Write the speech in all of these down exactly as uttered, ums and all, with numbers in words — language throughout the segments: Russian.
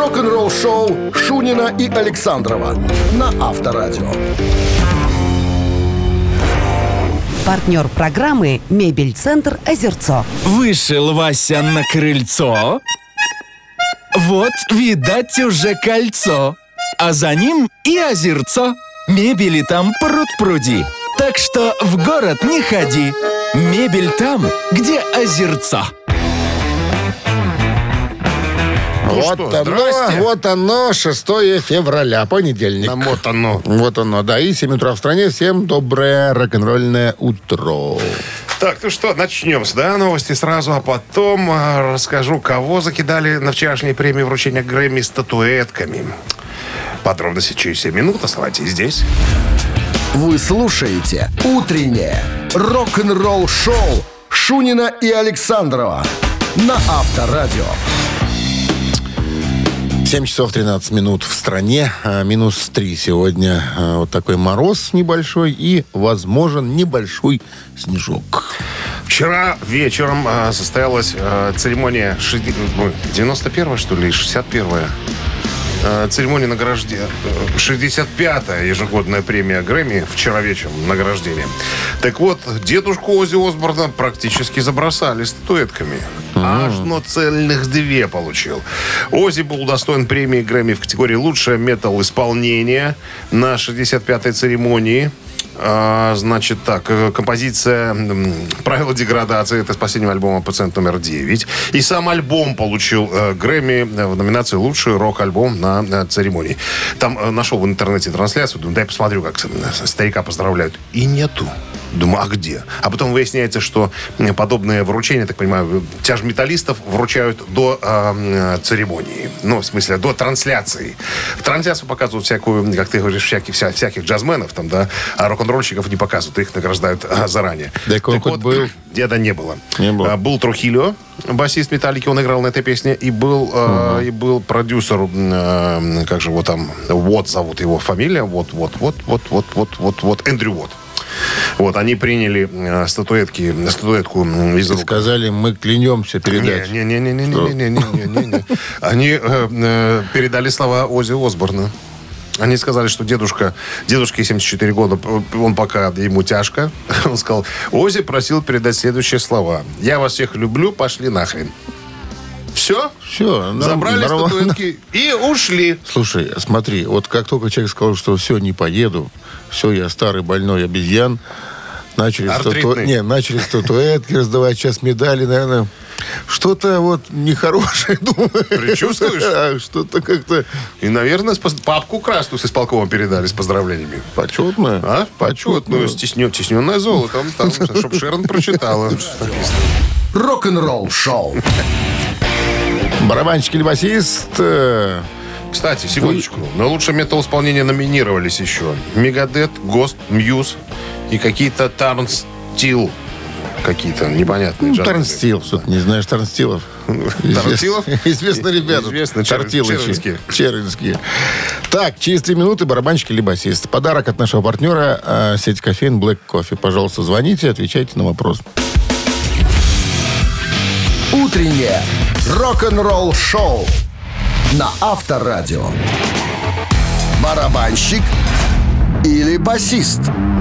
Рок-н-ролл-шоу Шунина и Александрова на Авторадио. Партнер программы «Мебель-центр Озерцо». Вышел Вася на крыльцо. Вот, видать, уже кольцо. А за ним и озерцо. Мебели там пруд-пруди. Так что в город не ходи. Мебель там, где озерцо. Ну вот что, оно, здрасте. вот оно, шестое февраля, понедельник. Нам вот оно. Вот оно, да, и семь утра в стране. Всем доброе рок-н-ролльное утро. Так, ну что, начнем с, да, новости сразу, а потом э, расскажу, кого закидали на вчерашней премии вручения Грэмми статуэтками. Подробности через семь минут. Оставайтесь здесь. Вы слушаете «Утреннее рок-н-ролл-шоу» Шунина и Александрова на Авторадио. семь часов тринадцать минут в стране, а, минус три сегодня. А, вот такой мороз небольшой и возможен небольшой снежок. Вчера вечером э, состоялась э, церемония шесть- ой, девяносто первая, что ли, шестьдесят первая. Э, церемония награждения. шестьдесят пятая ежегодная премия Грэмми вчера вечером награждение. Так вот, дедушку Оззи Осборна практически забросали статуэтками. Аж но цельных две получил. Оззи был удостоен премии Грэмми в категории «Лучшее метал-исполнение» на шестьдесят пятой церемонии. А, значит так, композиция «Правила деградации» — это с последнего альбома «Пациент номер девять». И сам альбом получил э, Грэмми в номинации «Лучший рок-альбом» на э, церемонии. Там э, нашел в интернете трансляцию, думаю, дай посмотрю, как старика поздравляют. И нету. Думаю, а где? А потом выясняется, что подобные вручения, так понимаю, тяжметаллистов вручают до э, церемонии. Ну, в смысле, до трансляции. В трансляцию показывают всякую, как ты говоришь, всяких, вся, всяких джазменов, там, да, а рок-н-ролльщиков не показывают, их награждают а, заранее. Так он хоть вот, был? Деда не было. Не было. А, был Трухильо, басист Металлики, он играл на этой песне, и был, э, и был продюсер, э, как же его там, Вот зовут его фамилия, вот, вот, вот, вот, вот, вот, вот, вот, Эндрю Вот. Вот, они приняли э, статуэтки, статуэтку из рук. Сказали, мы клянемся передать. Не-не-не-не-не-не-не-не-не. Они э, э, передали слова Оззи Осборна. Они сказали, что дедушка, дедушке семьдесят четыре года, он пока ему тяжко. Он сказал, Оззи просил передать следующие слова. Я вас всех люблю, пошли нахрен. Все? Все. Забрали нормально. статуэтки и ушли. Слушай, смотри, вот как только человек сказал, что все, не поеду, все, я старый больной обезьян, начали, стату... не, начали статуэтки раздавать, сейчас медали, наверное, что-то вот нехорошее, думаю. Предчувствуешь? Что-то как-то... И, наверное, папку красную с исполкомом передали с поздравлениями. Почетную? А? Почетную. Стеснен, стесненное золото. Там, там, чтобы Шерон прочитала. Рок-н-ролл-шоу. Барабанщик или басист? э, Кстати, секундочку. На лучшее метал-исполнение номинировались еще Мегадет, Гост, Мьюз и какие-то Тарнстил. Какие-то непонятные. Ну, Тарнстил. Что ты не знаешь Тарнстилов? Тарнстилов? Известные ребята. Известные, Тортилычи. Чернинские. Так, через три минуты барабанщик или басист. Подарок от нашего партнера э, сеть кофеин Black Coffee. Пожалуйста, звоните, отвечайте на вопрос. Утреннее рок-н-ролл-шоу на Авторадио. Барабанщик или басист?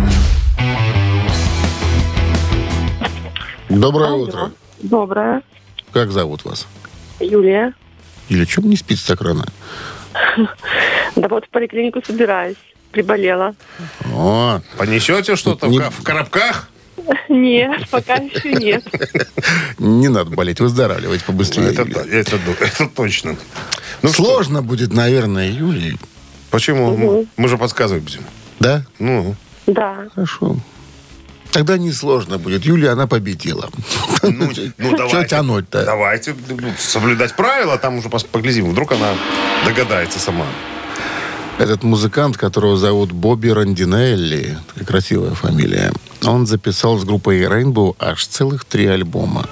Доброе Алло. утро. Доброе. Как зовут вас? Юлия. Или чем не спится так рано? Да вот в поликлинику собираюсь. Приболела. О, Понесете что-то Не- в ка- в коробках? Нет, пока еще нет. не надо болеть, выздоравливайте побыстрее. Это, Юлия. то- это, ду- это точно. Ну что, Сложно будет, наверное, Юлии. почему? Мы, мы же подсказывать будем. Да? Ну, Да. Хорошо. Тогда несложно будет. Юлия, она победила. ну, ну Что давайте. тянуть-то? Давайте ну, соблюдать правила, там уже пос- поглядим. Вдруг она догадается сама. Этот музыкант, которого зовут Бобби Рандинелли, такая красивая фамилия, он записал с группой Rainbow аж целых три альбома.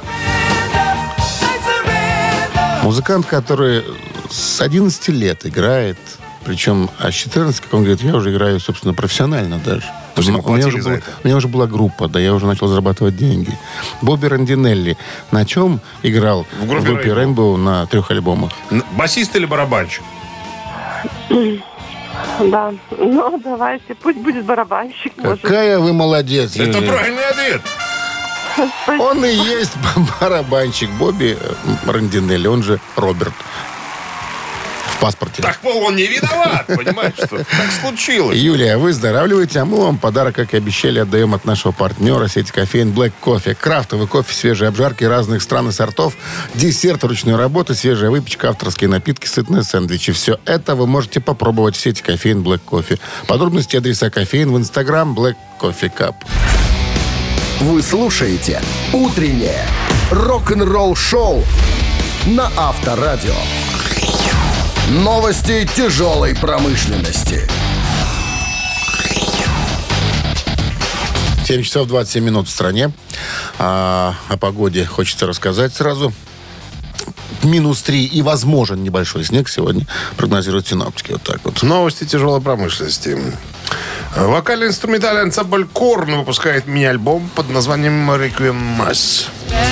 Музыкант, который с одиннадцати лет играет, причем а с четырнадцати, как он говорит, я уже играю, собственно, профессионально даже. Пусть ему у, меня платили уже за была, это. у меня уже была группа, да, я уже начал зарабатывать деньги. Бобби Рандинелли на чем играл В группе Rainbow на трех альбомах? Н- Басист или барабанщик? Да. Ну, давайте. Пусть будет барабанщик, может. Какая вы молодец, Это Юлия. правильный ответ. Он и есть барабанщик Бобби Рандинелли, он же Роберт. В паспорте. Так, Пол, он не виноват, понимаешь, что так случилось. Юлия, выздоравливайте, а мы вам подарок, как и обещали, отдаем от нашего партнера сети кофеин Black Coffee. Крафтовый кофе, свежие обжарки разных стран и сортов, десерт ручной работы, свежая выпечка, авторские напитки, сытные сэндвичи. Все это вы можете попробовать в сети кофеин Black Coffee. Подробности, адреса кофеин в Instagram Black Coffee Cup. Вы слушаете «Утреннее рок-н-ролл-шоу» на Авторадио. Новости тяжелой промышленности. семь часов двадцать семь минут в стране. А, о погоде хочется рассказать сразу. Минус три и возможен небольшой снег сегодня, прогнозируют синоптики. Вот так вот. Новости тяжелой промышленности. Вокально-инструментальный ансамбль Корн выпускает мини-альбом под названием «Requiem Mass».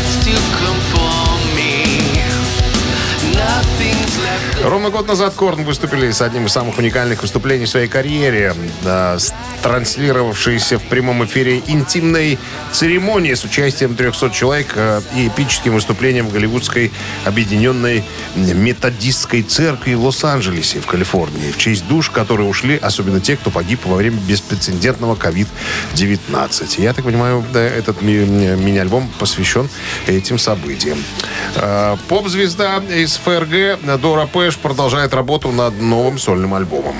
Ровно год назад Корн выступили с одним из самых уникальных выступлений в своей карьере, да, с транслировавшейся в прямом эфире интимной церемонии с участием трехсот человек э, и эпическим выступлением в голливудской объединенной методистской церкви в Лос-Анджелесе, в Калифорнии, в честь душ, которые ушли, особенно те, кто погиб во время беспрецедентного ковид девятнадцать. Я так понимаю, да, этот ми- мини-альбом посвящен этим событиям. Э, Поп-звезда из ФРГ Дора Пэш продолжает работу над новым сольным альбомом.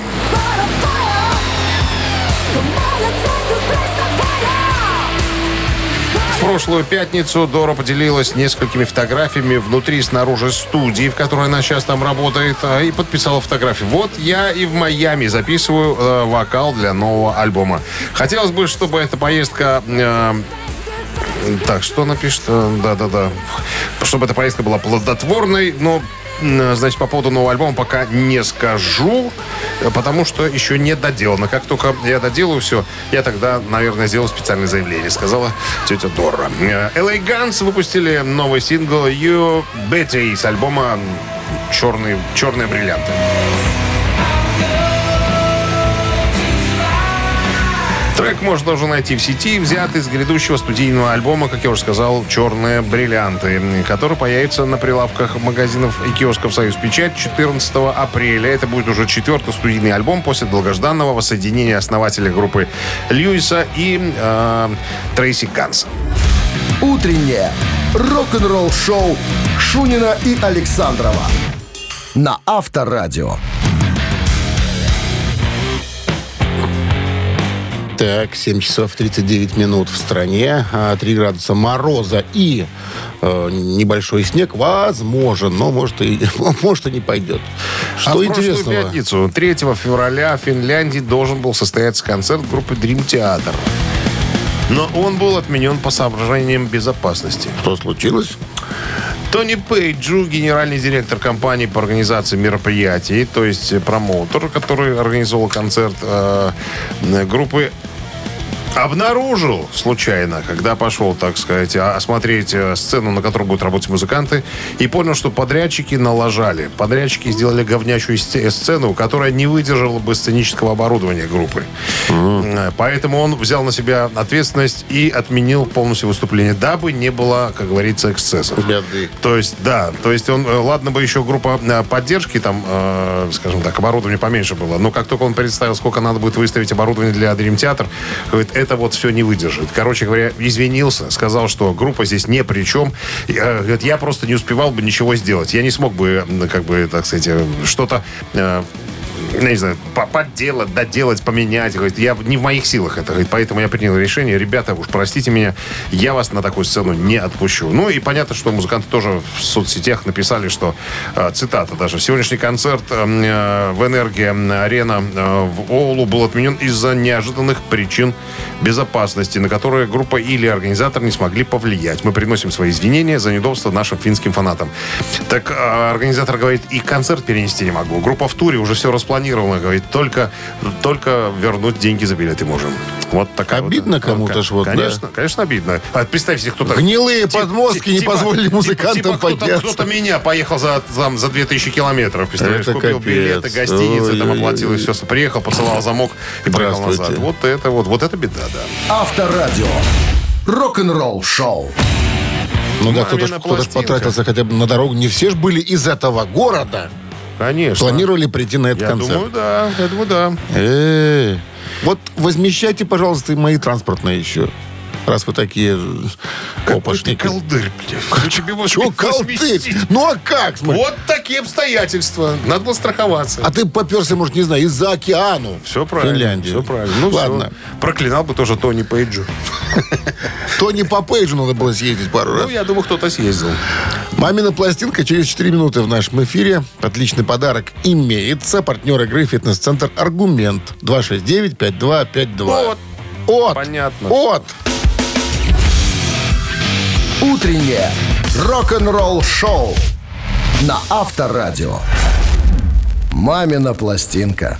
В прошлую пятницу Дора поделилась несколькими фотографиями внутри и снаружи студии, в которой она сейчас там работает, и подписала фотографии. Вот я и в Майами записываю э, вокал для нового альбома. Хотелось бы, чтобы эта поездка... Э, так, что она пишет? Да-да-да. Чтобы эта поездка была плодотворной, но... Значит, по поводу нового альбома пока не скажу, потому что еще не доделано. Как только я доделаю все, я тогда, наверное, сделаю специальное заявление, сказала тетя Дора. эл эй Guns выпустили новый сингл You Betty с альбома «Черные, черные бриллианты». Трек можно уже найти в сети, взят из грядущего студийного альбома, как я уже сказал, «Черные бриллианты», который появится на прилавках магазинов и киосков «Союз Печать» четырнадцатого апреля. Это будет уже четвертый студийный альбом после долгожданного воссоединения основателя группы Льюиса и э, Трейси Ганса. Утреннее рок-н-ролл-шоу Шунина и Александрова на Авторадио. Так, семь часов тридцать девять минут в стране, три градуса мороза и э, небольшой снег возможен, но может и, может и не пойдет. Что а в интересного? прошлую пятницу, третьего февраля, в Финляндии должен был состояться концерт группы Dream Theater. Но он был отменен по соображениям безопасности. Что случилось? Тони Пейджу, генеральный директор компании по организации мероприятий, то есть промоутер, который организовал концерт э, группы, обнаружил случайно, когда пошел, так сказать, осмотреть сцену, на которой будут работать музыканты, и понял, что подрядчики налажали. Подрядчики сделали говнячую сцену, которая не выдержала бы сценического оборудования группы. Mm-hmm. Поэтому он взял на себя ответственность и отменил полностью выступление, дабы не было, как говорится, эксцессов. Беды. То есть, да, то есть он, ладно бы еще группа поддержки, там, э, скажем так, оборудование поменьше было, но как только он представил, сколько надо будет выставить оборудование для Dream Theater, говорит, это вот все не выдержит. Короче говоря, извинился, сказал, что группа здесь ни при чем. Я, говорит, я просто не успевал бы ничего сделать. Я не смог бы, как бы, так сказать, что-то... Э, не знаю, подделать, доделать, поменять. Говорит, я не в моих силах это. Говорит, поэтому я принял решение. Ребята, уж простите меня, я вас на такую сцену не отпущу. Ну и понятно, что музыканты тоже в соцсетях написали, что, э, цитата даже, сегодняшний концерт э, в Энергия-арена э, в Оулу был отменен из-за неожиданных причин безопасности, на которые группа или организатор не смогли повлиять. Мы приносим свои извинения за неудобство нашим финским фанатам. Так э, организатор говорит, и концерт перенести не могу. Группа в туре, уже все распланировано. запланировано, говорит, только, только вернуть деньги за билеты можем. Вот такая обидно вот, кому-то ж вот, конечно, да. конечно, обидно. А представь себе, кто-то... Гнилые тип, подмостки тип, не позволили типа, музыкантам типа, подняться. Кто-то, кто-то меня поехал за, там, за две тысячи километров, представляешь, Это купил капец. билеты, гостиницы, Ой, там ой, оплатил ой. и все, приехал, поцеловал замок и поехал назад. Вот это вот, вот это беда, да. Авторадио. Рок-н-ролл шоу. Ну да, Мамина кто-то, ж- кто-то ж пластинка. потратился хотя бы на дорогу. Не все же были из этого города. Конечно. Планировали прийти на этот Я концерт. думаю, да, я думаю, да. Э-э-э. Вот возмещайте, пожалуйста, и мои транспортные еще. Раз вы такие Какой ты опошники. колдырь, блядь. Тебе вот Чё колдырь? возместить. Ну а как? Смотри. Вот такие обстоятельства. Надо было страховаться. А ты поперся, может, не знаю, из-за океану. Все правильно. Финляндия. Все правильно. Ну, ладно. всё. Проклинал бы тоже Тони Пейджу. Тони по Пейджу надо было съездить пару раз. Ну, я думаю, кто-то съездил. «Мамина пластинка» через четыре минуты в нашем эфире. Отличный подарок имеется. Партнер игры «Фитнес-центр Аргумент». два шесть девять пять два пять два. Вот. От. Понятно. От. Утреннее рок-н-ролл шоу на Авторадио. «Мамина пластинка».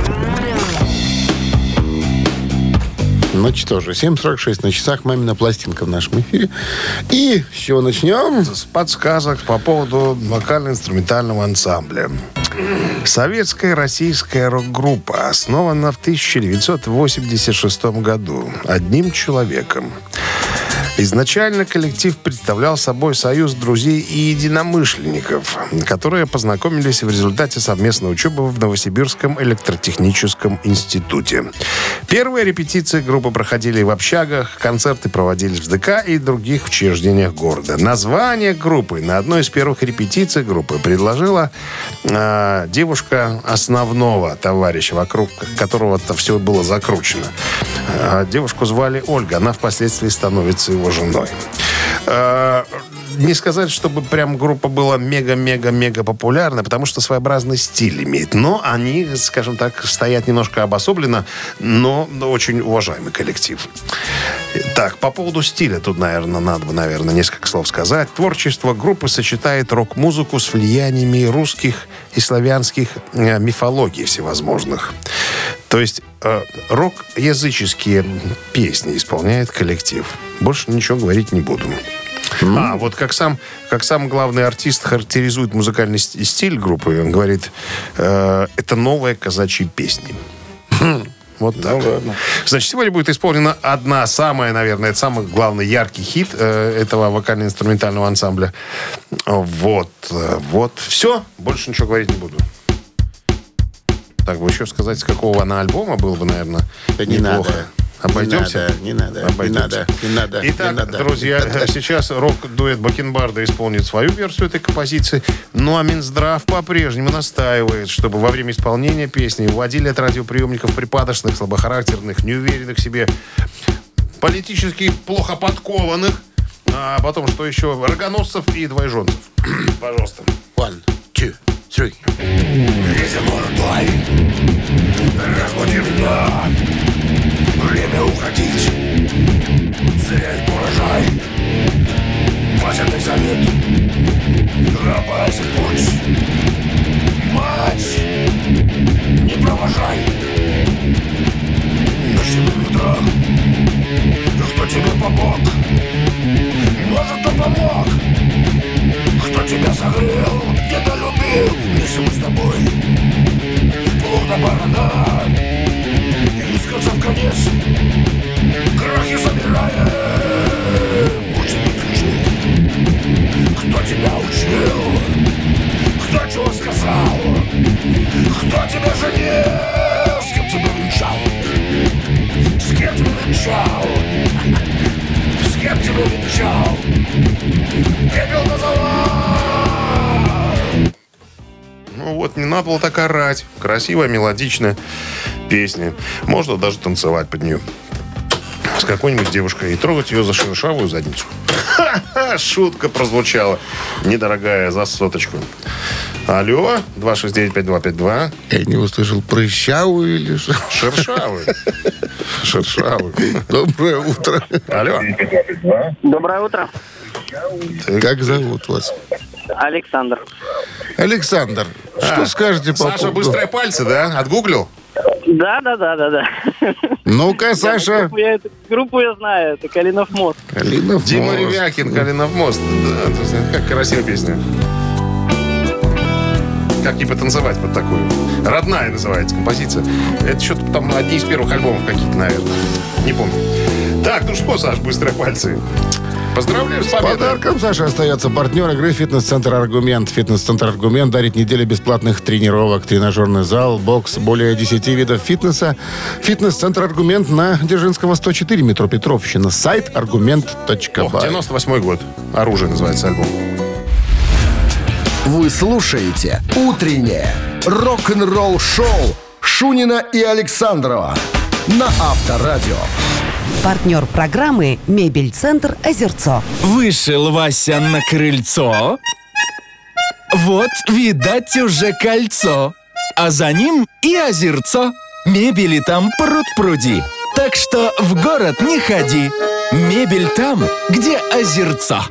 Ну что же, семь сорок шесть на часах. «Мамина пластинка» в нашем эфире. И с чего начнем? С подсказок по поводу вокально-инструментального ансамбля. Советская российская рок-группа основана в тысяча девятьсот восемьдесят шестом году одним человеком. Изначально коллектив представлял собой союз друзей и единомышленников, которые познакомились в результате совместной учебы в Новосибирском электротехническом институте. Первые репетиции группы проходили в общагах, концерты проводились в ДК и других учреждениях города. Название группы на одной из первых репетиций группы предложила э, девушка основного товарища, вокруг которого-то все было закручено. Э, девушку звали Ольга, она впоследствии становится его женой. Э, не сказать, чтобы прям группа была мега-мега-мега популярна, потому что своеобразный стиль имеет. Но они, скажем так, стоят немножко обособленно, но очень уважаемый коллектив. Так, по поводу стиля тут, наверное, надо бы, наверное, несколько слов сказать. Творчество группы сочетает рок-музыку с влияниями русских и славянских э, мифологий всевозможных. То есть э, рок-языческие песни исполняет коллектив. Больше ничего говорить не буду. Mm-hmm. А, вот как сам, как сам главный артист характеризует музыкальный стиль группы, он говорит, э, это новые казачьи песни. Mm-hmm. Вот так. Ну, ладно. Значит, сегодня будет исполнена одна самая, наверное, это самый главный яркий хит э, этого вокально-инструментального ансамбля. Вот. Вот. Все. Больше ничего говорить не буду. Так бы еще сказать, с какого она альбома было бы, наверное, да не неплохо. Надо. Обойдемся? Не надо, не надо, Обойдемся. не надо, не надо. Итак, не надо. друзья, сейчас рок-дуэт Бакенбарда исполнит свою версию этой композиции. Ну а Минздрав по-прежнему настаивает, чтобы во время исполнения песни вводили от радиоприемников припадочных, слабохарактерных, неуверенных в себе, политически плохо подкованных, а потом, что еще, рогоносцев и двоеженцев. Пожалуйста. One, two, three. Разбуди меня. Время уходить. Зря урожай. Васятный завет. Опасен путь. Мать, не провожай. Ночным утром. Кто тебе помог? Может, кто помог? Кто тебя согрел? Где-то любил? Если мы с тобой плохо барана. Из конца в конец крахи собираем. Ученик ключи. Кто тебя учил? Кто чего сказал? Кто тебя женил? С кем тебя венчал? С кем тебя венчал? С кем тебя венчал? Пепел на завал. Ну вот, не надо было так орать. Красивая, мелодичная песня. Можно даже танцевать под нее. С какой-нибудь девушкой. И трогать ее за шершавую задницу. Ха-ха, шутка прозвучала. Недорогая, за соточку. Алло, два шесть девять пять два пять два. Я не услышал, прыщавую или что? Шершавую. Шершавую. Доброе утро. Алло. Доброе утро. Как зовут вас? Александр. Александр, что А, скажете по Саша, поводу... быстрые пальцы, да? Отгуглил? Да, да, да, да, да. Ну-ка, Саша. Группу я, группу я знаю, это Калинов мост. Калинов Дима мост. Ревякин, Калинов мост. Да, то есть, как красивая песня. Как не потанцевать под такую. Родная называется композиция. Это что-то там одни из первых альбомов какие-то, наверное. Не помню. Так, ну что, Саш, быстрые пальцы. Поздравляю с С победой. подарком, Саша, остается партнер игры «Фитнес-центр Аргумент». «Фитнес-центр Аргумент» дарит неделю бесплатных тренировок, тренажерный зал, бокс, более десяти видов фитнеса. «Фитнес-центр Аргумент» на Дзержинского, сто четыре, метро Петровщина. Сайт аргумент точка Ох, бай. девяносто восьмой год. «Оружие» называется альбом. Вы слушаете «Утреннее рок-н-ролл-шоу» Шунина и Александрова на Авторадио. Партнер программы «Мебель-центр Озерцо». Вышел Вася на крыльцо. Вот, видать, уже кольцо. А за ним и озерцо. Мебели там пруд-пруди. Так что в город не ходи. Мебель там, где озерцо.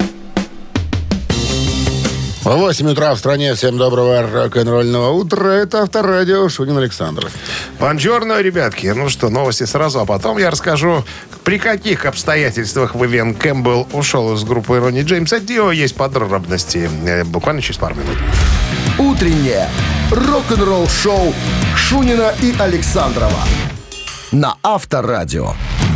восемь утра в стране. Всем доброго рок-н-ролльного утра. Это Авторадио. Шунин Александров. Бонжорно, ребятки. Ну что, новости сразу, а потом я расскажу, при каких обстоятельствах Вивиан Кэмпбелл ушел из группы Ронни Джеймса Дио. Есть подробности э, буквально через пару минут. «Утреннее рок-н-ролл-шоу» Шунина и Александрова на Авторадио.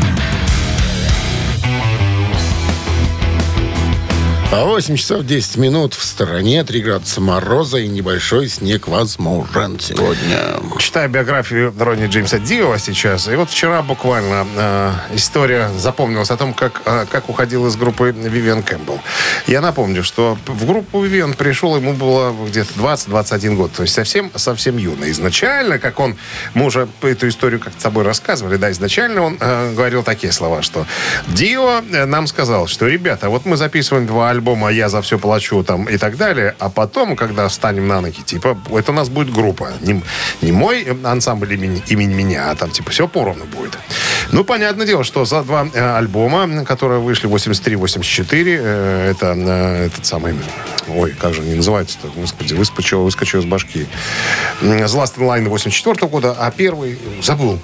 А восемь часов десять минут в стороне, три градуса мороза и небольшой снег возможен сегодня. Читаю биографию Ронни Джеймса Дио сейчас. И вот вчера буквально э, история запомнилась о том, как, э, как уходил из группы Вивиан Кэмпбелл. Я напомню, что в группу Вивиан пришел, ему было где-то двадцать-двадцать один год. То есть совсем, совсем юный. Изначально, как он, мы уже эту историю как-то с тобой рассказывали, да, изначально он э, говорил такие слова, что Дио нам сказал, что, ребята, вот мы записываем два альбома, я за все плачу там и так далее, а потом, когда встанем на ноги, типа, это у нас будет группа. Не, не мой ансамбль имени, имени меня, а там, типа, все поровну будет. Ну, понятное дело, что за два э, альбома, которые вышли восемьдесят три восемьдесят четыре, э, это э, этот самый, ой, как же они называются-то, господи, выскочил, выскочил из башки. The Last in Line восемьдесят четвёртого года, а первый забыл.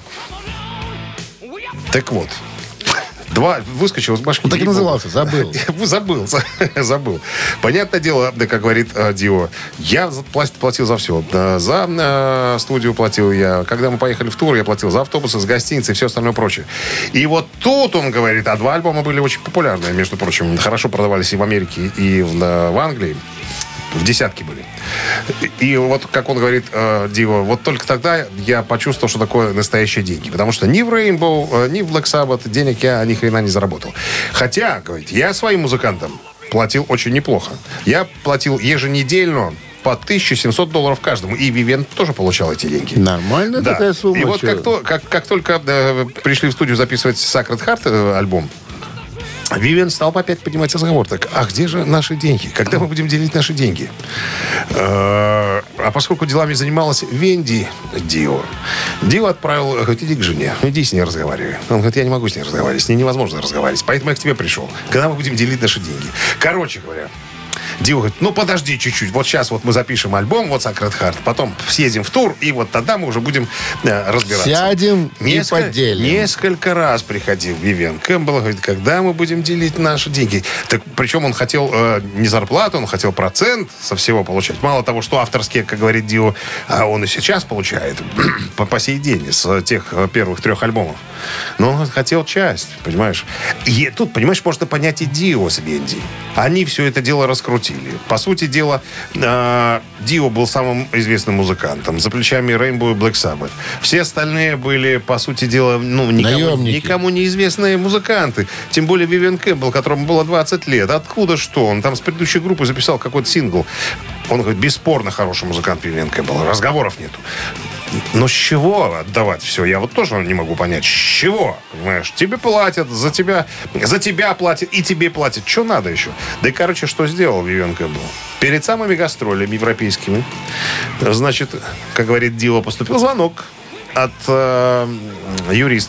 Так вот. Два, выскочил из башки. Он так и назывался, забыл. Забыл, забыл. Понятное дело, да, как говорит э, Дио, я платил за все. Да, за э, студию платил я. Когда мы поехали в тур, я платил за автобусы, за гостиницы и все остальное прочее. И вот тут он говорит, а два альбома были очень популярные, между прочим. Хорошо продавались и в Америке, и в, да, в Англии. В десятке были. И вот, как он говорит, э, Дио, вот только тогда я почувствовал, что такое настоящие деньги. Потому что ни в Rainbow, э, ни в Black Sabbath денег я ни хрена не заработал. Хотя, говорит, я своим музыкантам платил очень неплохо. Я платил еженедельно по тысяча семьсот долларов каждому. И Вивиан тоже получал эти деньги. Нормальная Да. такая сумма. И вот чё? как, то, как, как только э, пришли в студию записывать Sacred Heart э, альбом, Вивиан стал опять поднимать разговор. Так, а где же наши деньги? Когда мы будем делить наши деньги? А поскольку делами занималась Венди Дио, Дио отправил, говорит, иди к жене, иди с ней разговаривай. Он говорит, я не могу с ней разговаривать, с ней невозможно разговаривать, поэтому я к тебе пришел. Когда мы будем делить наши деньги? Короче говоря, Дио говорит, ну подожди чуть-чуть, вот сейчас вот мы запишем альбом, вот Sacred Heart, потом съездим в тур, и вот тогда мы уже будем э, разбираться. Сядем Несколько, и поделим. Несколько раз приходил Вивиан Кэмпбелл, говорит, когда мы будем делить наши деньги. Так, причем он хотел э, не зарплату, он хотел процент со всего получать. Мало того, что авторские, как говорит Дио, а он и сейчас получает по, по сей день с тех э, первых трех альбомов. Но он хотел часть, понимаешь. И тут, понимаешь, можно понять и Дио с Венди. Они все это дело раскрутили. По сути дела, э, Дио был самым известным музыкантом. За плечами Rainbow и Black Sabbath. Все остальные были, по сути дела, ну, никому, никому неизвестные музыканты. Тем более Вивиан Кэмпбелл, которому было двадцать лет. Откуда что? Он там с предыдущей группы записал какой-то сингл. Он говорит, бесспорно хороший музыкант Вивиан Кэмпбелл. Разговоров нету. Но с чего отдавать все? Я вот тоже не могу понять. С чего? Понимаешь? Тебе платят, за тебя, за тебя платят, и тебе платят. Что надо еще? Да и, короче, что сделал Вивиан Кэмпбелл? Перед самыми гастролями европейскими, значит, как говорит Дио, поступил звонок от э, юриста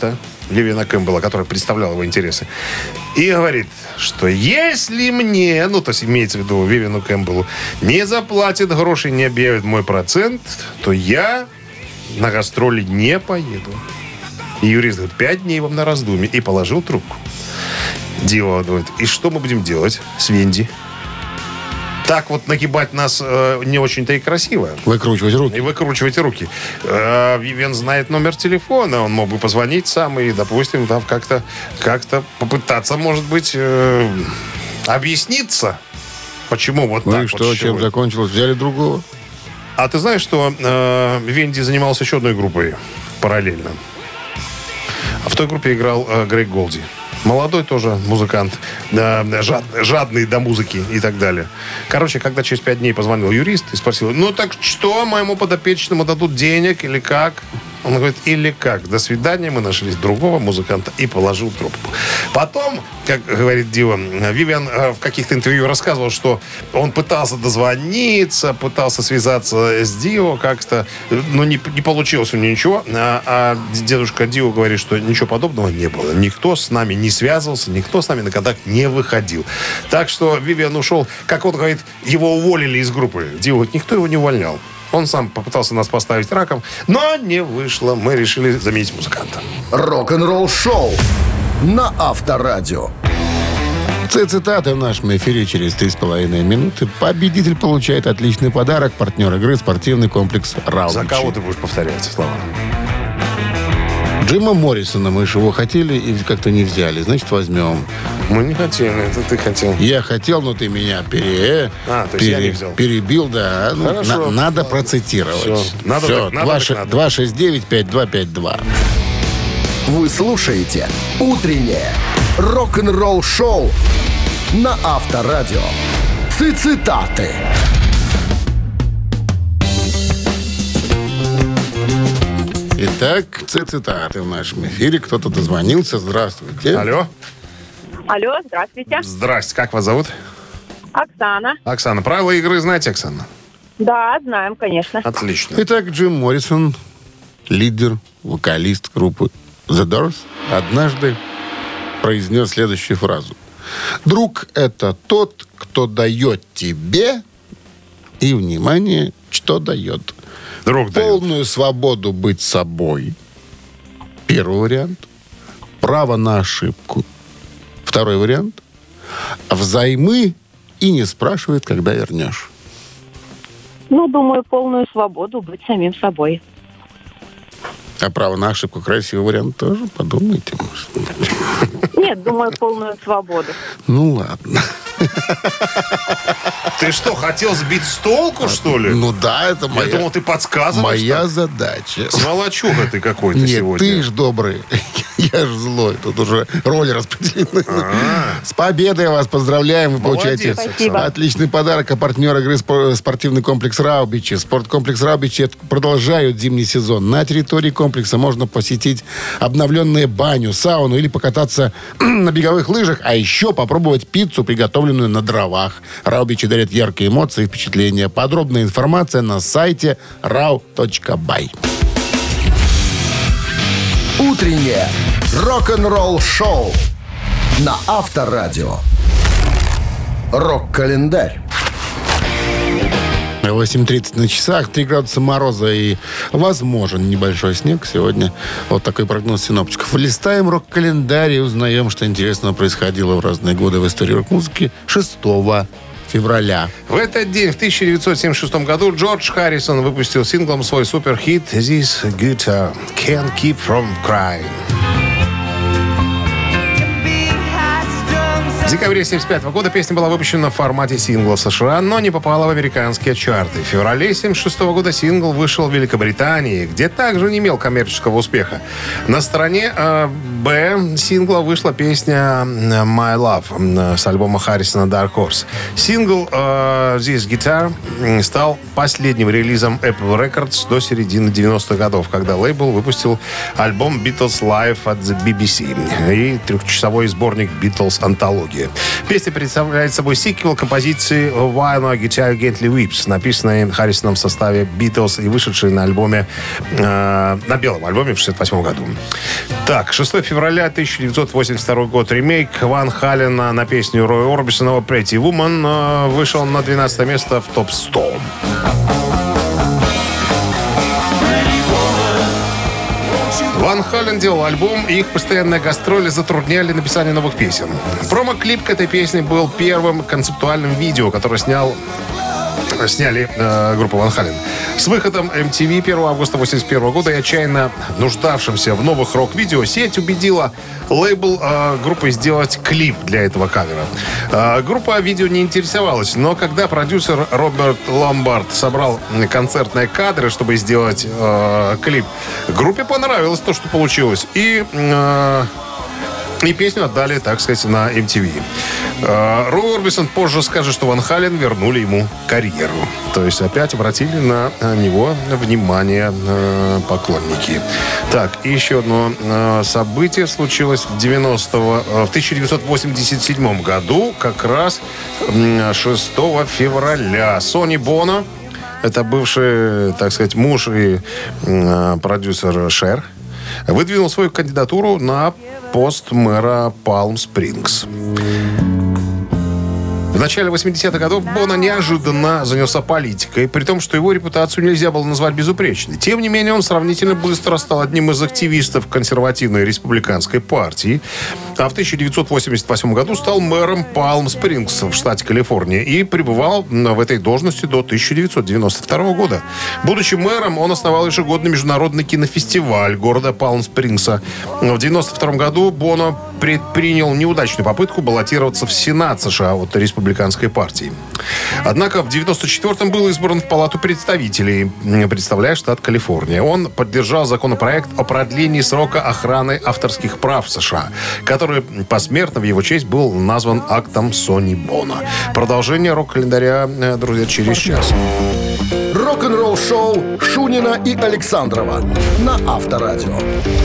Вивиана Кэмпбелла, которая представляла его интересы. И говорит, что если мне, ну, то есть имеется в виду Вивиану Кэмпбеллу, не заплатят гроши, не объявят мой процент, то я на гастроли не поеду. И юрист говорит, пять дней вам на раздумье. И положил трубку. Дио говорит, и что мы будем делать с Венди? Так вот нагибать нас э, не очень-то и красиво. Выкручивать руки. И выкручивать руки. Э, Вивиан знает номер телефона. Он мог бы позвонить сам и, допустим, там как-то, как-то попытаться, может быть, э, объясниться. Почему вот ну так и вот? что, чем закончилось? Взяли другого? А ты знаешь, что э, Венди занимался еще одной группой параллельно? В той группе играл э, Грег Голди. Молодой тоже музыкант, э, жад, жадный до музыки и так далее. Короче, когда через пять дней позвонил юрист и спросил, ну так что, моему подопечному дадут денег или как? Он говорит, или как? До свидания, мы нашли другого музыканта, и положил трубку. Потом, как говорит Дио, Вивиан в каких-то интервью рассказывал, что он пытался дозвониться, пытался связаться с Дио как-то, но не, не получилось у него ничего. А, а дедушка Дио говорит, что ничего подобного не было. Никто с нами не связывался, никто с нами на контакт не выходил. Так что Вивиан ушел, как он говорит, его уволили из группы. Дио говорит, никто его не увольнял. Он сам попытался нас поставить раком, но не вышло. Мы решили заменить музыканта. Рок-н-ролл шоу на Авторадио. Цитаты в нашем эфире через три с половиной минуты. Победитель получает отличный подарок. Партнер игры — спортивный комплекс «Раубичи». За кого ты будешь повторять слова? Джима Моррисона. Мы же его хотели и как-то не взяли. Значит, возьмем. Мы не хотели, это ты хотел. Я хотел, но ты меня пере... А, то есть пере... я не взял. перебил, да. Ну, Хорошо. на- надо процитировать. Все. Надо Все. так, надо два так надо. два шесть девять пять два пять два. Вы слушаете «Утреннее рок-н-ролл шоу» на Авторадио. Цитаты. Итак, цитаты в нашем эфире. Кто-то дозвонился. Здравствуйте. Алло. Алло, здравствуйте. Здрасте, как вас зовут? Оксана. Оксана, правила игры знаете, Оксана? Да, знаем, конечно. Отлично. Итак, Джим Моррисон, лидер, вокалист группы The Doors, однажды произнес следующую фразу. «Друг — это тот, кто дает тебе, и, внимание, что дает? Друг дает. Полную свободу быть собой». Первый вариант. Право на ошибку. Второй вариант. Взаймы и не спрашивает, когда вернешь. Ну, думаю, полную свободу быть самим собой. А право на ошибку — красивый вариант тоже. Подумайте, может. Нет, думаю, полную свободу. Ну, ладно. Ты что, хотел сбить с толку, что ли? Ну да, это моя, Я думал, ты подсказываешь. моя что? задача. Сволочуга ты какой-то Нет, сегодня. ты ж добрый. Я ж злой. Тут уже роли распределены. А. С победой вас поздравляем. Вы Молодец, получаете Спасибо. отличный подарок. А партнер игры спо- спортивный комплекс «Раубичи». Спорткомплекс «Раубичи» продолжают зимний сезон. На территории комплекса можно посетить обновленную баню, сауну или покататься на беговых лыжах, а еще попробовать пиццу, приготовленную на дровах. «Раубичи» дарят яркие эмоции и впечатления. Подробная информация на сайте рау точка бай. Утреннее рок-н-ролл шоу на Авторадио. Рок-календарь. восемь тридцать на часах, три градуса мороза и возможен небольшой снег сегодня. Вот такой прогноз синоптиков. Листаем рок-календарь и узнаем, что интересного происходило в разные годы в истории рок-музыки шестого февраля. В этот день, в тысяча девятьсот семьдесят шестом году, Джордж Харрисон выпустил синглом свой суперхит «This Guitar Can't Keep From Crying». В декабре семьдесят пятого года песня была выпущена в формате сингла в США, но не попала в американские чарты. В феврале семьдесят шестого года сингл вышел в Великобритании, где также не имел коммерческого успеха. На стороне э, Б сингла вышла песня «My Love» с альбома Харрисона «Dark Horse». Сингл э, «This Guitar» стал последним релизом Apple Records до середины девяностых годов, когда лейбл выпустил альбом «Beatles Live at the би би си» и трехчасовой сборник «Beatles Антология». многие. Песня представляет собой сиквел композиции «While My Guitar Gently Weeps», написанной Харрисоном в составе Beatles и вышедшей на альбоме, э, на белом альбоме в шестьдесят восьмом году. Так, шестого февраля тысяча девятьсот восемьдесят второй год, ремейк Ван Халена на песню Роя Орбисона «Pretty Woman» вышел на двенадцатое место в топ сто. Ван Хален делал альбом, и их постоянные гастроли затрудняли написание новых песен. Промо-клип к этой песне был первым концептуальным видео, которое снял сняли э, группу Ван Хален. С выходом эм ти ви первого августа восемьдесят первого года и отчаянно нуждавшимся в новых рок-видео сеть убедила лейбл э, группы сделать клип для этого кавера. Э, группа видео не интересовалась, но когда продюсер Роберт Ломбард собрал концертные кадры, чтобы сделать э, клип, группе понравилось то, что получилось. И... Э, И песню отдали, так сказать, на эм ти ви. Рой Орбисон позже скажет, что Ван Хален вернули ему карьеру. То есть опять обратили на него внимание поклонники. Так, и еще одно событие случилось в, девяностого, в тысяча девятьсот восемьдесят седьмом году, как раз шестого февраля. Сонни Боно, это бывший, так сказать, муж и продюсер Шер, выдвинул свою кандидатуру на пост мэра Палм-Спрингс. В начале восьмидесятых годов Боно неожиданно занялся политикой, при том, что его репутацию нельзя было назвать безупречной. Тем не менее, он сравнительно быстро стал одним из активистов консервативной республиканской партии, а в тысяча девятьсот восемьдесят восьмом году стал мэром Палм-Спрингс в штате Калифорния и пребывал в этой должности до тысяча девятьсот девяносто второго года. Будучи мэром, он основал ежегодный международный кинофестиваль города Палм-Спрингса. В девяносто втором году Боно предпринял неудачную попытку баллотироваться в Сенат США от республиканской партии. Однако в девяносто четвёртом был избран в Палату представителей, представляя штат Калифорния. Он поддержал законопроект о продлении срока охраны авторских прав в США, который посмертно в его честь был назван актом Сонни Боно. Продолжение рок-календаря, друзья, через час. Рок-н-ролл шоу Шунина и Александрова на Авторадио.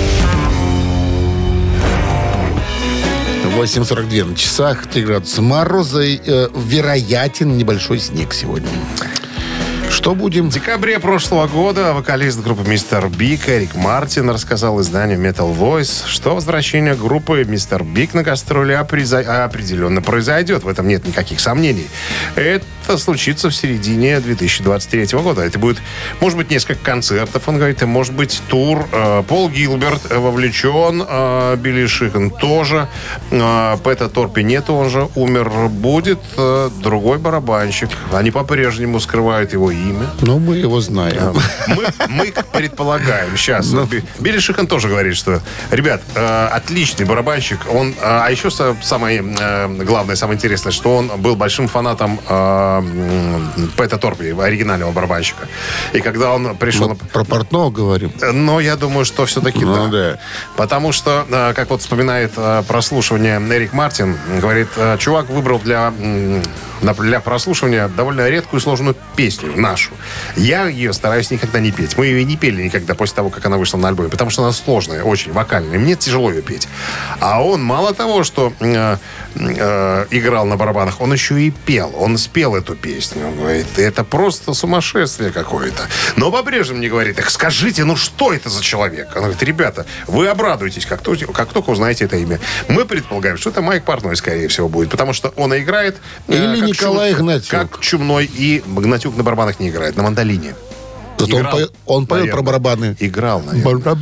восемь сорок два на часах, три градуса мороза, э, вероятен небольшой снег сегодня. Что будем? В декабре прошлого года вокалист группы мистер Биг Эрик Мартин рассказал изданию Metal Voice, что возвращение группы мистер Биг на гастроли определенно произойдет. В этом нет никаких сомнений. Это случится в середине две тысячи двадцать третьего года. Это будет, может быть, несколько концертов, он говорит, и может быть тур. Пол Гилберт вовлечен, Билли Шихан тоже. Пэта Торпи нету, он же умер. Будет другой барабанщик. Они по-прежнему скрывают его имя. Ну, мы его знаем. Мы, мы предполагаем сейчас. Ну. Билли Шихан тоже говорит, что, ребят, э, отличный барабанщик. Он, э, а еще самое э, главное, самое интересное, что он был большим фанатом э, Пэта Торпи, оригинального барабанщика. И когда он пришел... Мы про портного говорим. Но я думаю, что все-таки ну, да. да. Потому что, э, как вот вспоминает э, прослушивание Эрик Мартин, говорит, э, чувак выбрал для... Э, для прослушивания довольно редкую и сложную песню, нашу. Я ее стараюсь никогда не петь. Мы ее и не пели никогда после того, как она вышла на альбоме, потому что она сложная, очень вокальная. Мне тяжело ее петь. А он мало того, что э, э, играл на барабанах, он еще и пел. Он спел эту песню. Он говорит, это просто сумасшествие какое-то. Но по-прежнему мне говорит, так скажите, ну что это за человек? Он говорит, ребята, вы обрадуетесь, как, то, как только узнаете это имя. Мы предполагаем, что это Майк Портной, скорее всего, будет, потому что он играет... Э, Или Николай Чум, Игнатьюк. Как Чумной, и Игнатьюк на барабанах не играет, на мандолине. Зато он, по, он поет про барабаны. Играл, наверное.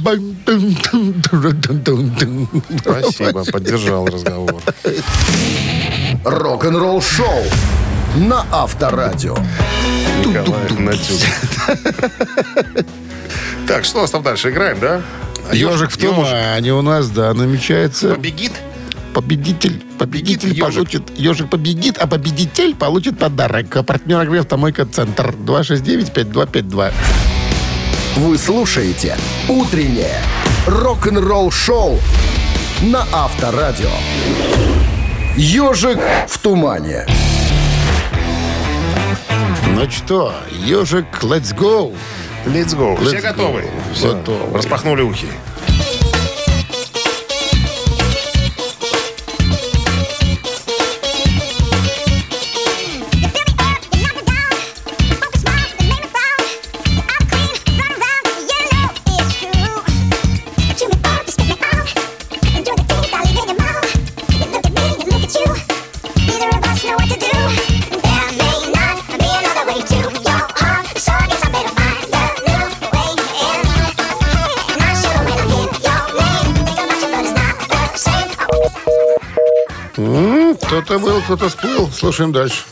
Спасибо, поддержал разговор. Рок-н-ролл шоу на Авторадио. Николай Игнатьюк. Так, что у нас там дальше? Играем, да? Ежик в тумане у нас, да, намечается. Побегит? Победитель, победитель ежик. получит, ежик победит, а победитель получит подарок. Партнер игры «Автомойка Центр». два шесть девять пять два пять два. Вы слушаете «Утреннее рок-н-ролл-шоу» на Авторадио. «Ежик в тумане». Ну что, ежик, let's go. Let's go. Let's Все go. готовы? Все готовы. Распахнули ухи. Кто-то был, кто-то сплыл. Слушаем дальше.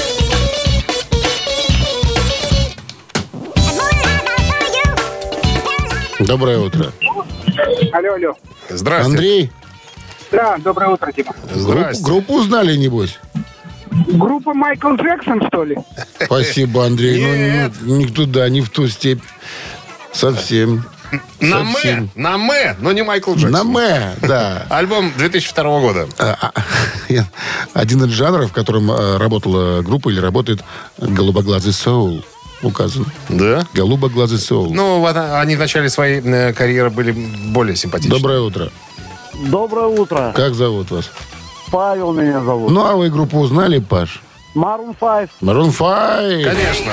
Доброе утро. Алло, алло. Здравствуйте. Андрей, Да, доброе утро, Дима. группу, Здрасте. группу узнали, небось? Группа Майкл Джексон, что ли? Спасибо, Андрей. Нет. Ну, не, не туда, не в ту степь. Совсем. На Мэ, Совсем. на Мэ, но не Майкл Джексон. На Мэ, да. Альбом две тысячи второго года. А, а, Один из жанров, в котором э, работала группа или работает голубоглазый соул, указан. Да? Голубоглазый соул. Ну, вот они в начале своей э, карьеры были более симпатичны. Доброе утро. Доброе утро. Как зовут вас? Павел меня зовут. Ну, а вы группу узнали, Паш? Maroon пять. Maroon пять. Конечно.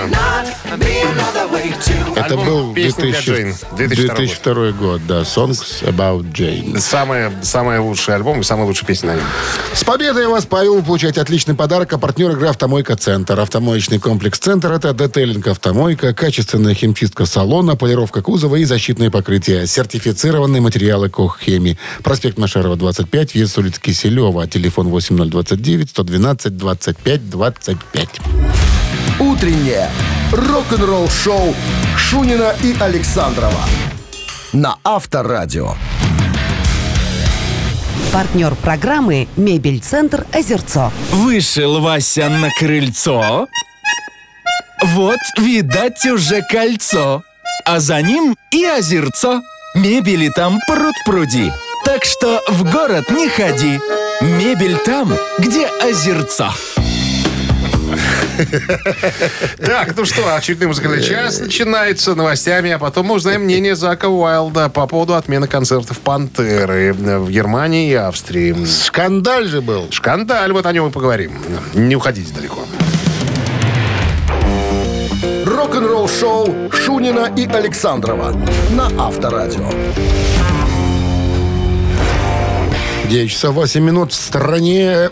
Это Альбом был «Песни для Джейн», две тысячи второй год, да. Songs About Jane. Самый, самый лучший альбом и самая лучшая песня на нем. С победой вас, Павел! Вы получаете отличный подарок. А партнер игры «Автомойка Центр». Автомоечный комплекс «Центр» — это детейлинг «Автомойка», качественная химчистка салона, полировка кузова и защитные покрытия. Сертифицированные материалы «Коххеми». Проспект Машерова, двадцать пять, въезд с улицы Киселева. Телефон восемь ноль двадцать девять сто двенадцать двадцать пять двадцать пять. Утреннее рок-н-ролл-шоу Шунина и Александрова на Авторадио. Партнер программы «Мебель-центр Озерцо». Вышел Вася на крыльцо. Вот, видать, уже кольцо. А за ним и озерцо. Мебели там пруд-пруди. Так что в город не ходи. Мебель там, где озерцо. Так, ну что, очередной музыкальный час начинается новостями, а потом мы узнаем мнение Зака Уайлда по поводу отмены концертов «Пантеры» в Германии и Австрии. Скандаль же был. Шкандаль, вот о нем и поговорим. Не уходите далеко. Рок-н-ролл-шоу Шунина и Александрова на Авторадио. девять часов восемь минут в стране.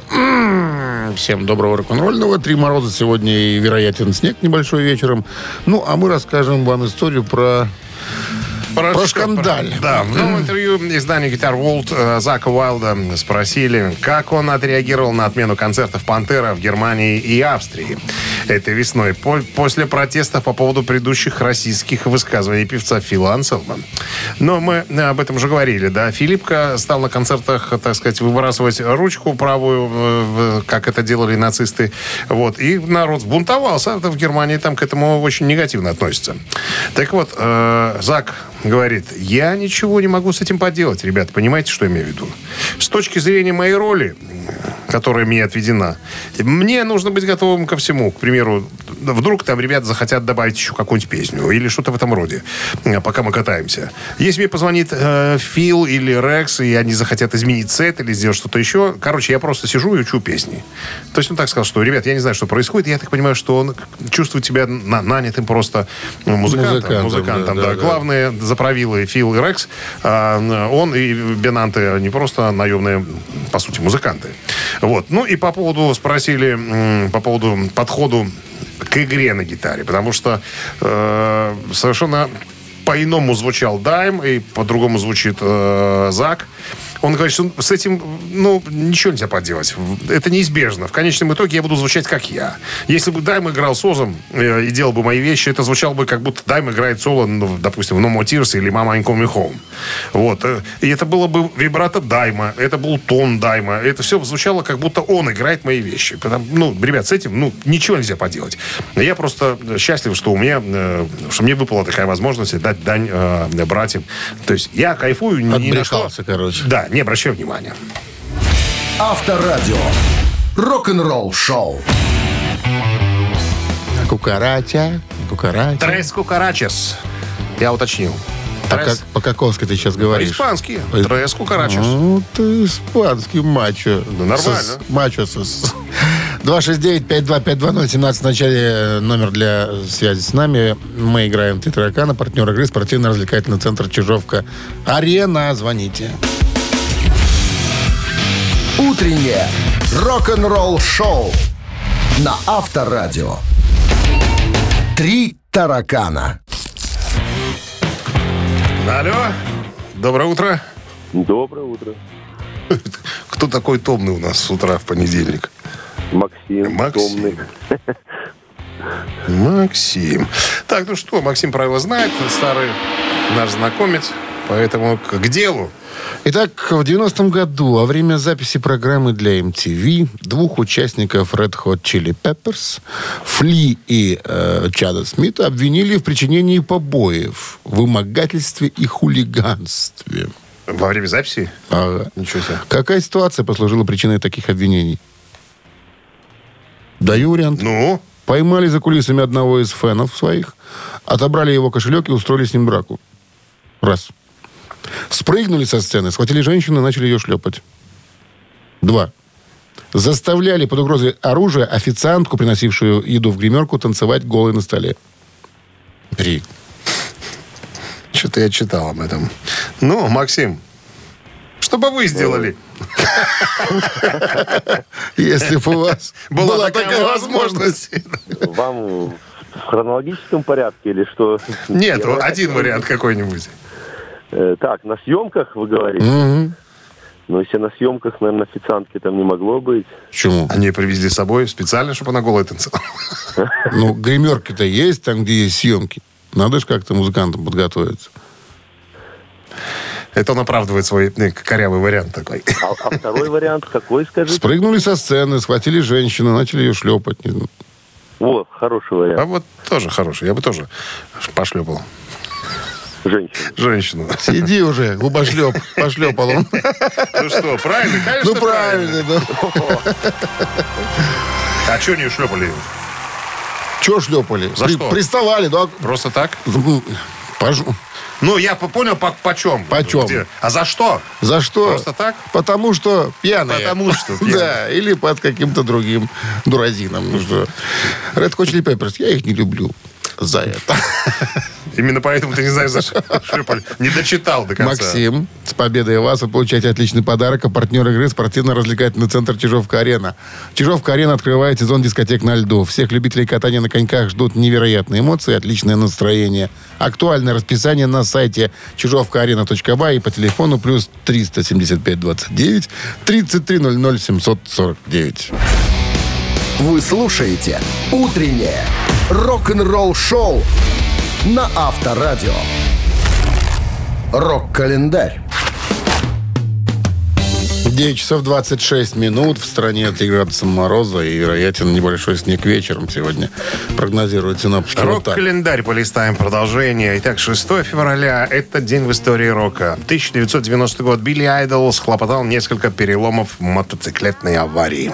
Всем доброго рок-н-ролльного. Три мороза сегодня и, вероятен, снег небольшой вечером. Ну, а мы расскажем вам историю про... Про, про шкандаль. Про, да, в новом интервью изданию Guitar World Зака Уайлда спросили, как он отреагировал на отмену концертов «Пантера» в Германии и Австрии этой весной по- после протестов по поводу предыдущих российских высказываний певца Фила Анселма. Но мы об этом уже говорили, да. Филиппка стал на концертах, так сказать, выбрасывать ручку правую, как это делали нацисты. Вот. И народ сбунтовался в Германии, там к этому очень негативно относятся. Так вот, э, Зак говорит, я ничего не могу с этим поделать, ребята, понимаете, что я имею в виду? С точки зрения моей роли, которая мне отведена, мне нужно быть готовым ко всему. К примеру, вдруг там ребята захотят добавить еще какую-нибудь песню или что-то в этом роде, пока мы катаемся. Если мне позвонит э, Фил или Рекс, и они захотят изменить сет или сделать что-то еще, короче, я просто сижу и учу песни. То есть он так сказал, что, ребят, я не знаю, что происходит, я так понимаю, что он чувствует себя на- нанятым просто музыкантом. Музыкантом, музыкантом да, да, да, да. Главные заправилы Фил и Рекс, э, он и Бенанте, они просто наемные, по сути, музыканты. Вот. Ну и по поводу, спросили, м, по поводу подходу к игре на гитаре, потому что э, совершенно по-иному звучал Дайм, и по-другому звучит э, Зак. Он говорит, что с этим, ну, ничего нельзя поделать. Это неизбежно. В конечном итоге я буду звучать как я. Если бы Дайм играл с Озом э, и делал бы мои вещи, это звучало бы, как будто Дайм играет соло, ну, допустим, в No More Tears или Mama I'm Coming Home. Вот. И это было бы вибрато Дайма, это был тон Дайма. Это все звучало, как будто он играет мои вещи. Потому, ну, ребят, с этим, ну, ничего нельзя поделать. Я просто счастлив, что у меня, э, что мне выпала такая возможность дать дань э, братьям. То есть я кайфую ни на что. Отбрехался, короче. Да, не обращай внимания. Авторадио. Рок-н-ролл-шоу. Кукарача, кукарача. Трес кукарачес. Я уточнил. А Трес- как, по-каковски ты сейчас говоришь? По-испански. По- Трес кукарачес. Ну, ты испанский мачо. Да нормально. Сос- мачо. сос. два шесть девять пять два пять два ноль семнадцать в начале номер для связи с нами. Мы играем «Ты таракана», партнер игры спортивно-развлекательный центр «Чижовка-Арена». Звоните. Утреннее рок-н-ролл-шоу на Авторадио. Три таракана. Алло. Доброе утро. Доброе утро. Кто такой томный у нас с утра в понедельник? Максим, Максим. Томный. Максим. Так, ну что, Максим правила знает, старый наш знакомец, поэтому к, к делу. Итак, в девяностом году, во время записи программы для эм ти ви, двух участников Red Hot Chili Peppers, Фли и э, Чада Смита, обвинили в причинении побоев, вымогательстве и хулиганстве. Во время записи? Ага. Ничего себе. Какая ситуация послужила причиной таких обвинений? Даю вариант. Ну? Поймали за кулисами одного из фенов своих, отобрали его кошелек и устроили с ним драку. Раз. Спрыгнули со сцены, схватили женщину и начали ее шлепать. Два. Заставляли под угрозой оружия официантку, приносившую еду в гримерку, танцевать голой на столе. Три. Что-то я читал об этом. Ну, Максим, что бы вы сделали? Если бы у вас была, была такая, такая возможность. Вам в хронологическом порядке или что? Нет, Первое. один вариант какой-нибудь. Э, так, на съемках вы говорите? Мгм. Ну, если на съемках, наверное, официантки там не могло быть. Почему? Они привезли с собой специально, чтобы она голая танцевала. Ну, гримерки-то есть, там, где есть съемки. Надо же как-то музыкантам подготовиться. Это он оправдывает свой э, корявый вариант такой. А, а второй вариант какой, скажите? Спрыгнули со сцены, схватили женщину, начали ее шлепать. Вот, хороший А вариант. вот тоже хороший. Я бы тоже пошлепал Женщина. женщину. Сиди уже, губошлеп. Пошлепал он. Ну что, правильно? Конечно, Ну, правильно, да. А что они шлепали? Чего шлепали? За что? Приставали, да? Просто так? Пожу. Ну, я по- понял, по почем. Почем? Где? А за что? За что? Просто так? Потому что пьяные. Потому что пьяные. Да, или под каким-то другим дуразином. Ну что, Red Hot Chili Peppers, я их не люблю за это. Именно поэтому ты не знаешь, за что шлепали. Не дочитал до конца. Максим, с победой вас вы получаете отличный подарок. А партнер игры — спортивно-развлекательный центр «Чижовка-арена». «Чижовка-арена» открывает сезон дискотек на льду. Всех любителей катания на коньках ждут невероятные эмоции и отличное настроение. Актуальное расписание на сайте чижовка арена точка бай и по телефону плюс триста семьдесят пять двадцать девять тридцать три ноль ноль семьсот сорок девять. Вы слушаете «Утреннее рок-н-ролл-шоу» на Авторадио. Рок-календарь. девять часов двадцать шесть минут. В стране три градуса мороза и вероятен небольшой снег вечером сегодня. Прогнозируют синоптики. Вот так. Рок-календарь полистаем продолжение. Итак, шестого февраля – это день в истории рока. тысяча девятьсот девяностый год. Билли Айдол схлопотал несколько переломов в мотоциклетной аварии.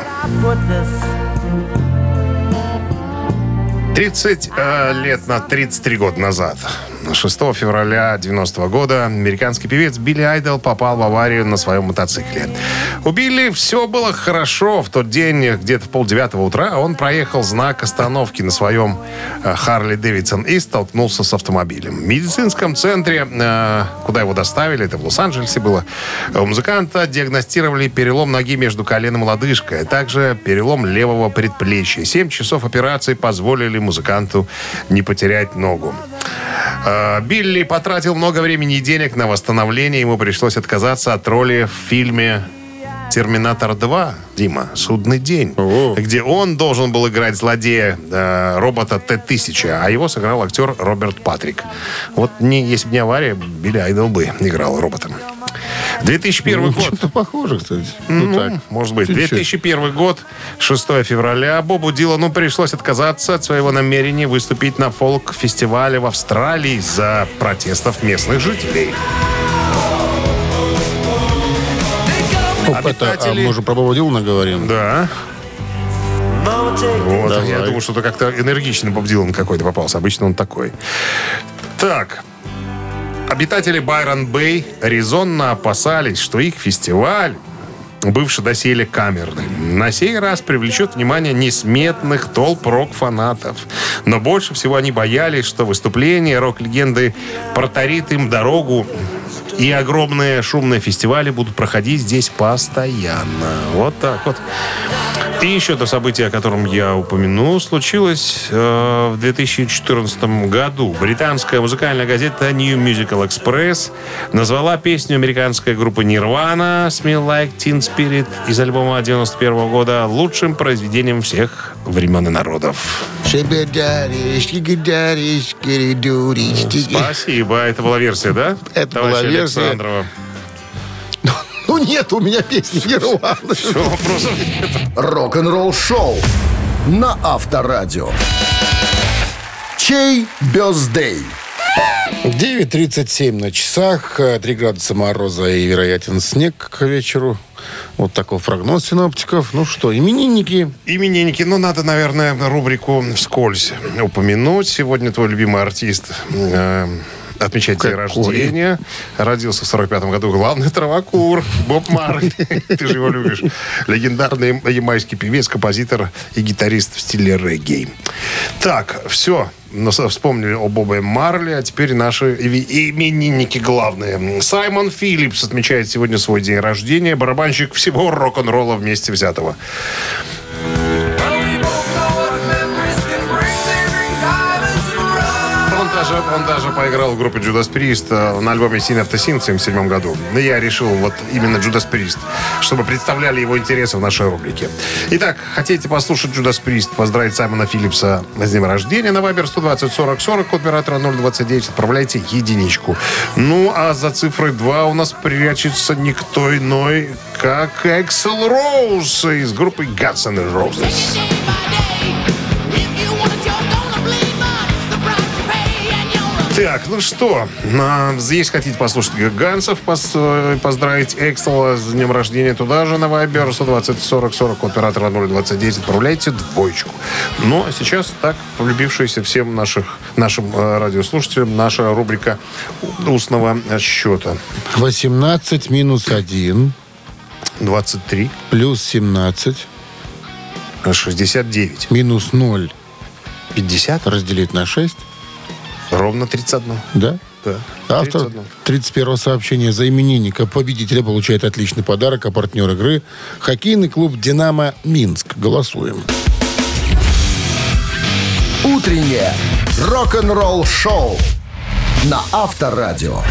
тридцать э, лет на тридцать три года назад, шестого февраля девяностого года, американский певец Билли Айдол попал в аварию на своем мотоцикле. У Билли все было хорошо. В тот день, где-то в полдевятого утра, он проехал знак остановки на своем Харли Дэвидсон и столкнулся с автомобилем. В медицинском центре, э, куда его доставили, это в Лос-Анджелесе было, у музыканта диагностировали перелом ноги между коленом и лодыжкой, а также перелом левого предплечья. Семь часов операции позволили музыканту не потерять ногу. Билли потратил много времени и денег на восстановление. Ему пришлось отказаться от роли в фильме «Терминатор два», Дима, «Судный день», О. где он должен был играть злодея э, робота Т тысяча, а его сыграл актер Роберт Патрик. Вот не, если бы не авария, Билли Айдол бы играл роботом. две тысячи первый Ну, год. что-то похоже, кстати. Ну, Ну, так. может быть. Чуть-чуть. две тысячи первый год, шестого февраля, Бобу Дилану пришлось отказаться от своего намерения выступить на фолк-фестивале в Австралии из-за протестов местных жителей. Оп, это, а Обитатели- мы уже про Боба Дилана говорим. Да. Вот, Давай. я думаю, что-то как-то энергичный Боб Дилан какой-то попался. Обычно он такой. Так. Обитатели Байрон-Бэй резонно опасались, что их фестиваль, бывший доселе камерный, на сей раз привлечет внимание несметных толп рок-фанатов. Но больше всего они боялись, что выступление рок-легенды протарит им дорогу, и огромные шумные фестивали будут проходить здесь постоянно. Вот так вот. И еще одно событие, о котором я упомяну, случилось э, в две тысячи четырнадцатом году. Британская музыкальная газета New Musical Express назвала песню американской группы Nirvana «Smell Like Teen Spirit» из альбома девяносто первого года лучшим произведением всех времен и народов. Спасибо. Это была версия, да? Это Товарищ была версия. Александрова. Ну нет у меня песни Нирваны. Все, вопросов нет. Рок-н-ролл шоу на Авторадио. Чей бёздей? девять тридцать семь на часах, три градуса мороза и вероятен снег к вечеру. Вот такой прогноз синоптиков. Ну что, именинники? Именинники. Ну, надо, наверное, рубрику вскользь упомянуть. Сегодня твой любимый артист э, отмечает день рождения. Родился в сорок пятом году главный травокур Боб Марли. Ты же его любишь. Легендарный ямайский певец, композитор и гитарист в стиле регги. Так, все. Вспомнили о Бобе Марли, а теперь наши именинники главные. Саймон Филлипс отмечает сегодня свой день рождения. Барабанщик всего рок-н-ролла вместе взятого. Он даже поиграл в группе Judas Priest на альбоме Sin After Sin в семьдесят седьмом году. Но я решил вот именно Judas Priest, чтобы представляли его интересы в нашей рубрике. Итак, хотите послушать Judas Priest, поздравить Саймона Филлипса с днем рождения? На Viber сто двадцать сорок сорок, код оператора ноль двадцать девять, отправляйте единичку. Ну, а за цифрой два у нас прячется никто иной, как Эксел Роуз из группы Guns N' Roses. Так, ну что, здесь хотите послушать Гансов, поздравить Эксела с днем рождения, туда же на Viber сто двадцать сорок сорок, оператора ноль двадцать девять, отправляйте двоечку. Ну, а сейчас так, полюбившаяся всем наших, нашим радиослушателям, наша рубрика устного счета. восемнадцать минус один. двадцать три. Плюс семнадцать. шестьдесят девять. Минус ноль. пятьдесят. Разделить на шесть. Ровно тридцать один. Да? Да. Автор тридцать первого сообщения за именинника победителя получает отличный подарок, а партнер игры — хоккейный клуб «Динамо» Минск. Голосуем. Утреннее рок-н-ролл шоу на Авторадио.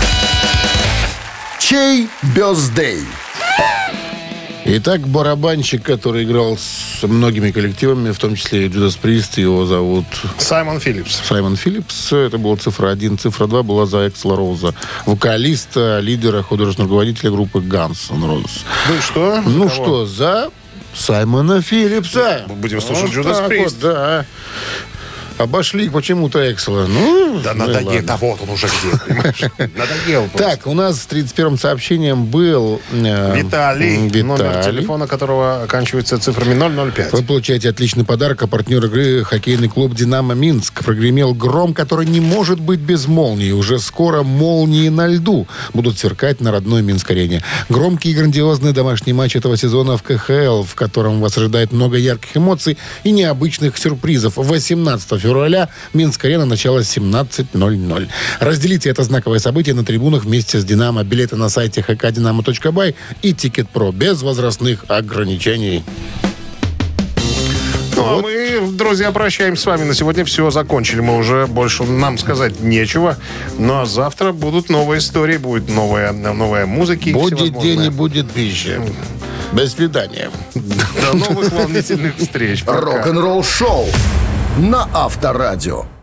Чей бёздей? Итак, барабанщик, который играл с многими коллективами, в том числе и Judas Priest, его зовут... Саймон Филлипс. Саймон Филлипс. Это была цифра один. Цифра два была за Эксела Роуза, вокалиста, лидера, художественного руководителя группы Guns N' Roses. Ну и что? Ну что, за Саймона Филлипса. Будем слушать вот Judas Priest. Вот, да. Обошли почему-то Эксела. Ну, да ну надоел. Да вот он уже где, понимаешь? Надоел просто. Так, у нас с тридцать первым сообщением был... Э, Виталий, Виталий, номер телефона которого оканчивается цифрами ноль ноль пять. Вы получаете отличный подарок, а партнер игры — хоккейный клуб «Динамо» Минск. Прогремел гром, который не может быть без молнии. Уже скоро молнии на льду будут сверкать на родной Минск-арене. Громкий и грандиозный домашний матч этого сезона в ка ха эл, в котором вас ожидает много ярких эмоций и необычных сюрпризов. восемнадцатого февраля Минск-арена, начало семнадцать ноль ноль. Разделите это знаковое событие на трибунах вместе с «Динамо». Билеты на сайте эйч кей динамо точка бай и Тикет.Про без возрастных ограничений. Ну, а мы, друзья, прощаемся с вами. На сегодня все, закончили. Мы уже больше нам сказать нечего. Ну, а завтра будут новые истории, будет новая, новая музыка. Будет день и будет пища. До свидания. До новых волнительных встреч. Рок-н-ролл шоу на Авторадио.